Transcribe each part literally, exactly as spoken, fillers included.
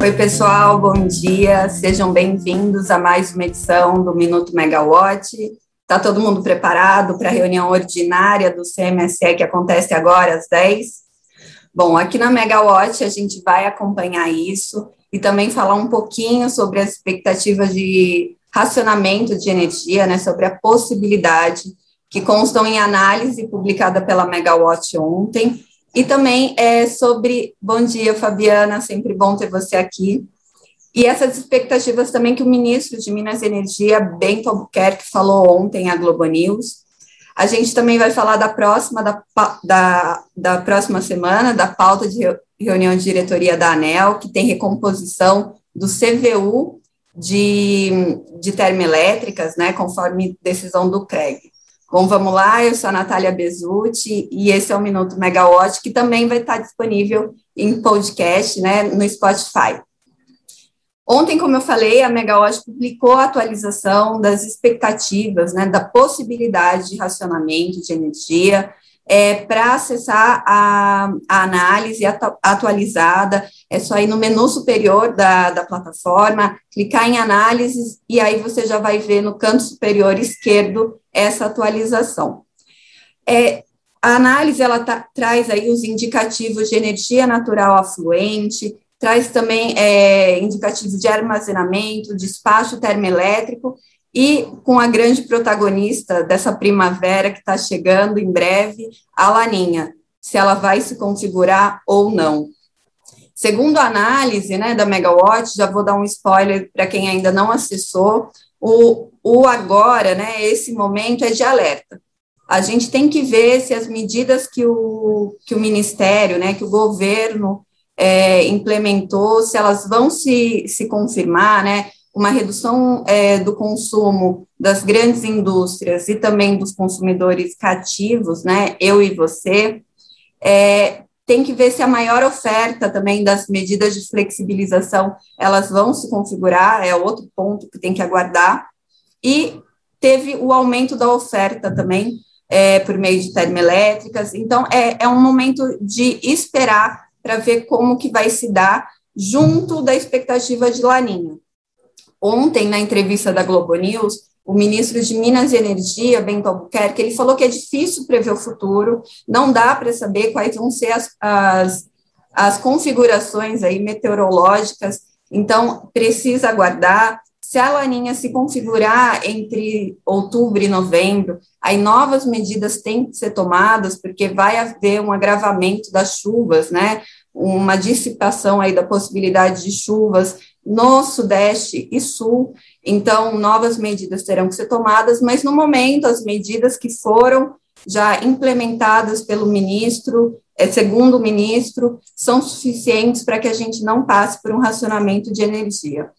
Oi, pessoal, bom dia. Sejam bem-vindos a mais uma edição do Minuto Megawatt. Está todo mundo preparado para a reunião ordinária do C M S E que acontece agora às dez? Bom, aqui na Megawatt a gente vai acompanhar isso e também falar um pouquinho sobre as expectativas de racionamento de energia, né, sobre a possibilidade que constam em análise publicada pela Megawatt ontem, e também é sobre, bom dia, Fabiana, sempre bom ter você aqui, e essas expectativas também que o ministro de Minas e Energia, Bento Albuquerque, falou ontem à Globo News. A gente também vai falar da próxima, da, da, da próxima semana, da pauta de reunião de diretoria da ANEEL, que tem recomposição do C V U de, de termoelétricas, né, conforme decisão do C R E G. Bom, vamos lá, eu sou a Natália Bezutti e esse é o Minuto Megawatt, que também vai estar disponível em podcast, né, no Spotify. Ontem, como eu falei, a Megawatt publicou a atualização das expectativas, né, da possibilidade de racionamento de energia, é, para acessar a, a análise atu, atualizada, é só ir no menu superior da, da plataforma, clicar em análises, e aí você já vai ver no canto superior esquerdo essa atualização. É, a análise, ela tá, traz aí os indicativos de energia natural afluente, traz também é, indicativos de armazenamento, despacho termoelétrico, e com a grande protagonista dessa primavera que está chegando em breve, a Laninha, se ela vai se configurar ou não. Segundo a análise, né, da Megawatt, já vou dar um spoiler para quem ainda não acessou, o, o agora, né, esse momento é de alerta. A gente tem que ver se as medidas que o, que o Ministério, né, que o governo é, implementou, se elas vão se, se confirmar, né, uma redução é, do consumo das grandes indústrias e também dos consumidores cativos, né, eu e você, é, tem que ver se a maior oferta também das medidas de flexibilização, elas vão se configurar, é outro ponto que tem que aguardar, e teve o aumento da oferta também, é, por meio de termoelétricas, então é, é um momento de esperar para ver como que vai se dar junto da expectativa de Laninha. Ontem, na entrevista da Globo News, o ministro de Minas e Energia, Bento Albuquerque, ele falou que é difícil prever o futuro, não dá para saber quais vão ser as, as, as configurações aí meteorológicas, então precisa aguardar. Se a Laninha se configurar entre outubro e novembro, aí novas medidas têm que ser tomadas, porque vai haver um agravamento das chuvas, né, uma dissipação aí da possibilidade de chuvas no Sudeste e Sul, então novas medidas terão que ser tomadas, mas no momento as medidas que foram já implementadas pelo ministro, é, segundo o ministro, são suficientes para que a gente não passe por um racionamento de energia.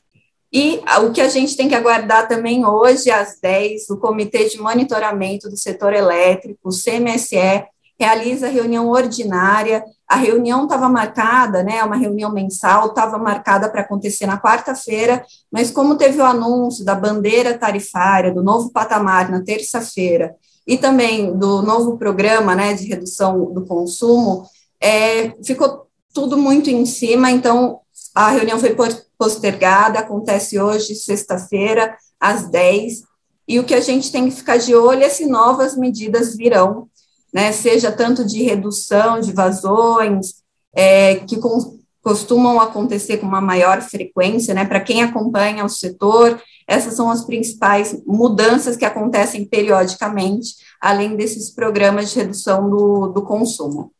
E o que a gente tem que aguardar também hoje, às dez, o Comitê de Monitoramento do Setor Elétrico, o C M S E, realiza reunião ordinária. A reunião estava marcada, né, uma reunião mensal, estava marcada para acontecer na quarta-feira, mas como teve o anúncio da bandeira tarifária, do novo patamar na terça-feira, e também do novo programa, né, de redução do consumo, é, ficou tudo muito em cima, então a reunião foi postergada, acontece hoje, sexta-feira, às dez, e o que a gente tem que ficar de olho é se novas medidas virão, né, seja tanto de redução de vazões, é, que com, costumam acontecer com uma maior frequência, né, para quem acompanha o setor, essas são as principais mudanças que acontecem periodicamente, além desses programas de redução do, do consumo.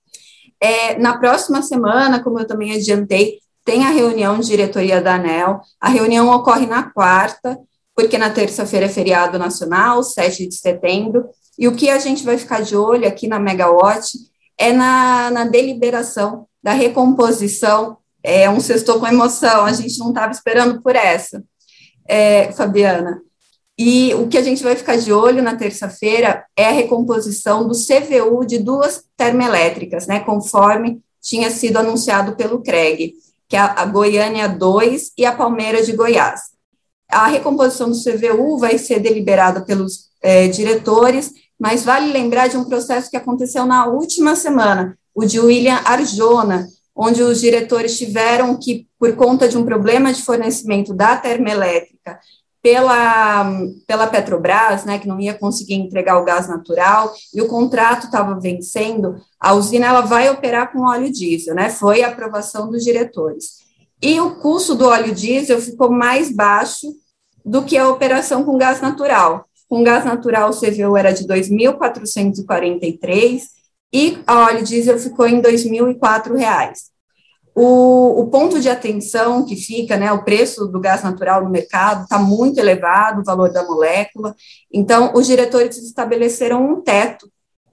É, na próxima semana, como eu também adiantei, tem a reunião de diretoria da ANEEL, a reunião ocorre na quarta, porque na terça-feira é feriado nacional, sete de setembro, e o que a gente vai ficar de olho aqui na Megawatt é na, na deliberação da recomposição, é um sextou com emoção, a gente não estava esperando por essa, é, Fabiana. E o que a gente vai ficar de olho na terça-feira é a recomposição do C V U de duas termoelétricas, né, conforme tinha sido anunciado pelo C R E G, que é a Goiânia dois e a Palmeira de Goiás. A recomposição do C V U vai ser deliberada pelos é, diretores, mas vale lembrar de um processo que aconteceu na última semana, o de William Arjona, onde os diretores tiveram que, por conta de um problema de fornecimento da termoelétrica pela, pela Petrobras, né, que não ia conseguir entregar o gás natural, e o contrato estava vencendo, a usina ela vai operar com óleo diesel, né, foi a aprovação dos diretores. E o custo do óleo diesel ficou mais baixo do que a operação com gás natural. Com gás natural, o C V U era de dois mil quatrocentos e quarenta e três e a óleo diesel ficou em dois mil e quatro reais. O, o ponto de atenção que fica, né, o preço do gás natural no mercado está muito elevado, o valor da molécula, então os diretores estabeleceram um teto,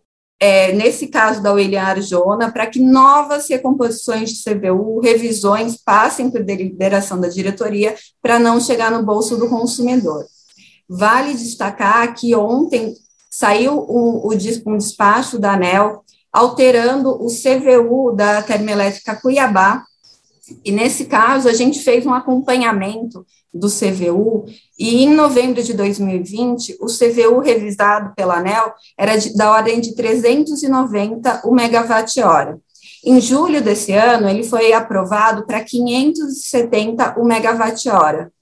é, nesse caso da William Arjona, para que novas recomposições de C V U, revisões, passem por deliberação da diretoria para não chegar no bolso do consumidor. Vale destacar que ontem saiu o, o, um despacho da ANEEL alterando o C V U da termoelétrica Cuiabá, e nesse caso a gente fez um acompanhamento do C V U, e em novembro de dois mil e vinte, o C V U revisado pela ANEEL era de, da ordem de trezentos e noventa o megawatt-hora. Em julho desse ano, ele foi aprovado para quinhentos e setenta o megawatt-hora.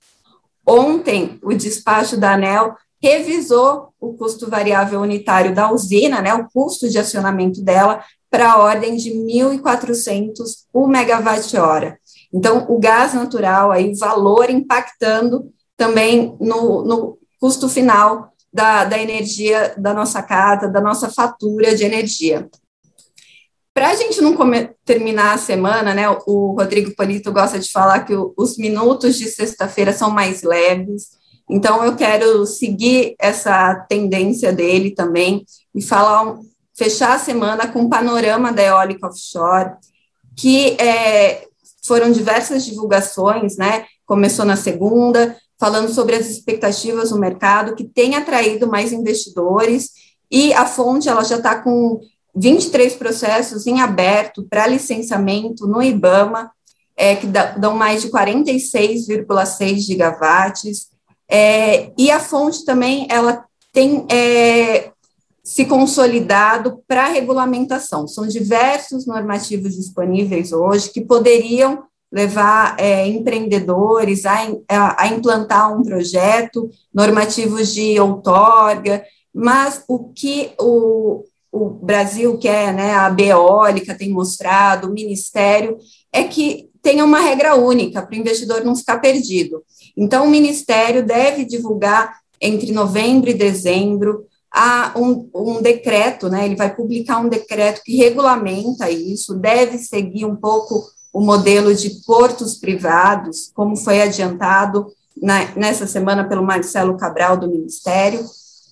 Ontem, o despacho da ANEEL revisou o custo variável unitário da usina, né, o custo de acionamento dela, para a ordem de mil e quatrocentos o megawatt-hora. Então, o gás natural, aí, o valor impactando também no, no custo final da, da energia da nossa casa, da nossa fatura de energia. Para a gente não come, terminar a semana, né, o Rodrigo Polito gosta de falar que o, os minutos de sexta-feira são mais leves, então eu quero seguir essa tendência dele também e falar, fechar a semana com um panorama da eólica offshore, que é, foram diversas divulgações, né, começou na segunda, falando sobre as expectativas no mercado, que tem atraído mais investidores, e a fonte ela já está com vinte e três processos em aberto para licenciamento no IBAMA, é, que dão mais de quarenta e seis vírgula seis gigawatts, é, e a fonte também, ela tem é, se consolidado para regulamentação. São diversos normativos disponíveis hoje que poderiam levar é, empreendedores a, a, a implantar um projeto, normativos de outorga, mas o que o o Brasil quer, né, a Beólica tem mostrado, o Ministério, é que tenha uma regra única para o investidor não ficar perdido. Então, o Ministério deve divulgar entre novembro e dezembro a um, um decreto, né, ele vai publicar um decreto que regulamenta isso, deve seguir um pouco o modelo de portos privados, como foi adiantado na, nessa semana pelo Marcelo Cabral, do Ministério.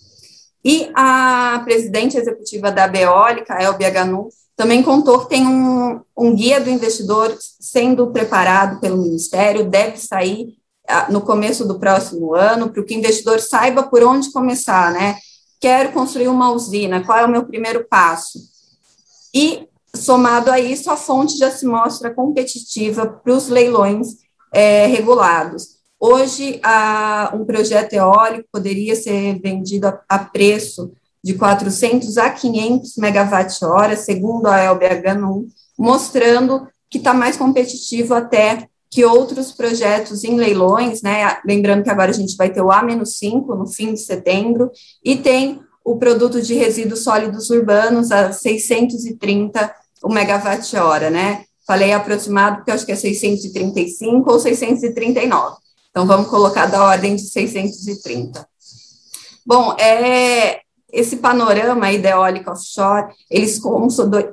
E a presidente executiva da Beólica, a Elbia Ganu, também contou que tem um, um guia do investidor sendo preparado pelo Ministério, deve sair uh, no começo do próximo ano, para que o investidor saiba por onde começar, né? Quero construir uma usina, qual é o meu primeiro passo? E, somado a isso, a fonte já se mostra competitiva para os leilões é, regulados. Hoje, a, um projeto eólico poderia ser vendido a, a preço de quatrocentos a quinhentos megawatt-hora, segundo a Elbia Ganu, mostrando que está mais competitivo até que outros projetos em leilões, né? Lembrando que agora a gente vai ter o A cinco no fim de setembro, e tem o produto de resíduos sólidos urbanos a seiscentos e trinta o megawatt-hora, né? Falei aproximado porque acho que é seiscentos e trinta e cinco ou seiscentos e trinta e nove. Então, vamos colocar da ordem de seiscentos e trinta. Bom, é, esse panorama aí da eólica offshore, eles consolidam,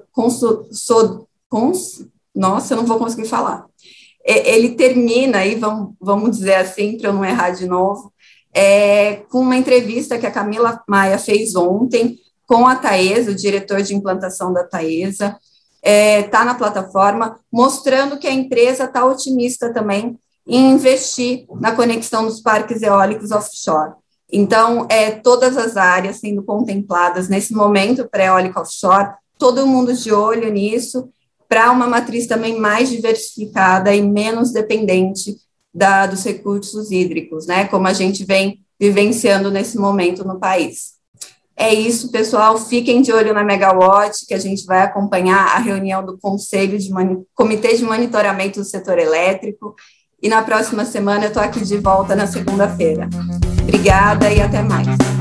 cons, nossa, eu não vou conseguir falar. É, ele termina aí, vamos, vamos dizer assim, para eu não errar de novo, é, com uma entrevista que a Camila Maia fez ontem com a Taesa, o diretor de implantação da Taesa, está é, na plataforma, mostrando que a empresa está otimista também em investir na conexão dos parques eólicos offshore. Então, é, todas as áreas sendo contempladas nesse momento para eólica offshore, todo mundo de olho nisso, para uma matriz também mais diversificada e menos dependente da, dos recursos hídricos, né, como a gente vem vivenciando nesse momento no país. É isso, pessoal. Fiquem de olho na Megawatt, que a gente vai acompanhar a reunião do Conselho de Mani- Comitê de Monitoramento do Setor Elétrico. E na próxima semana eu estou aqui de volta na segunda-feira. Obrigada e até mais.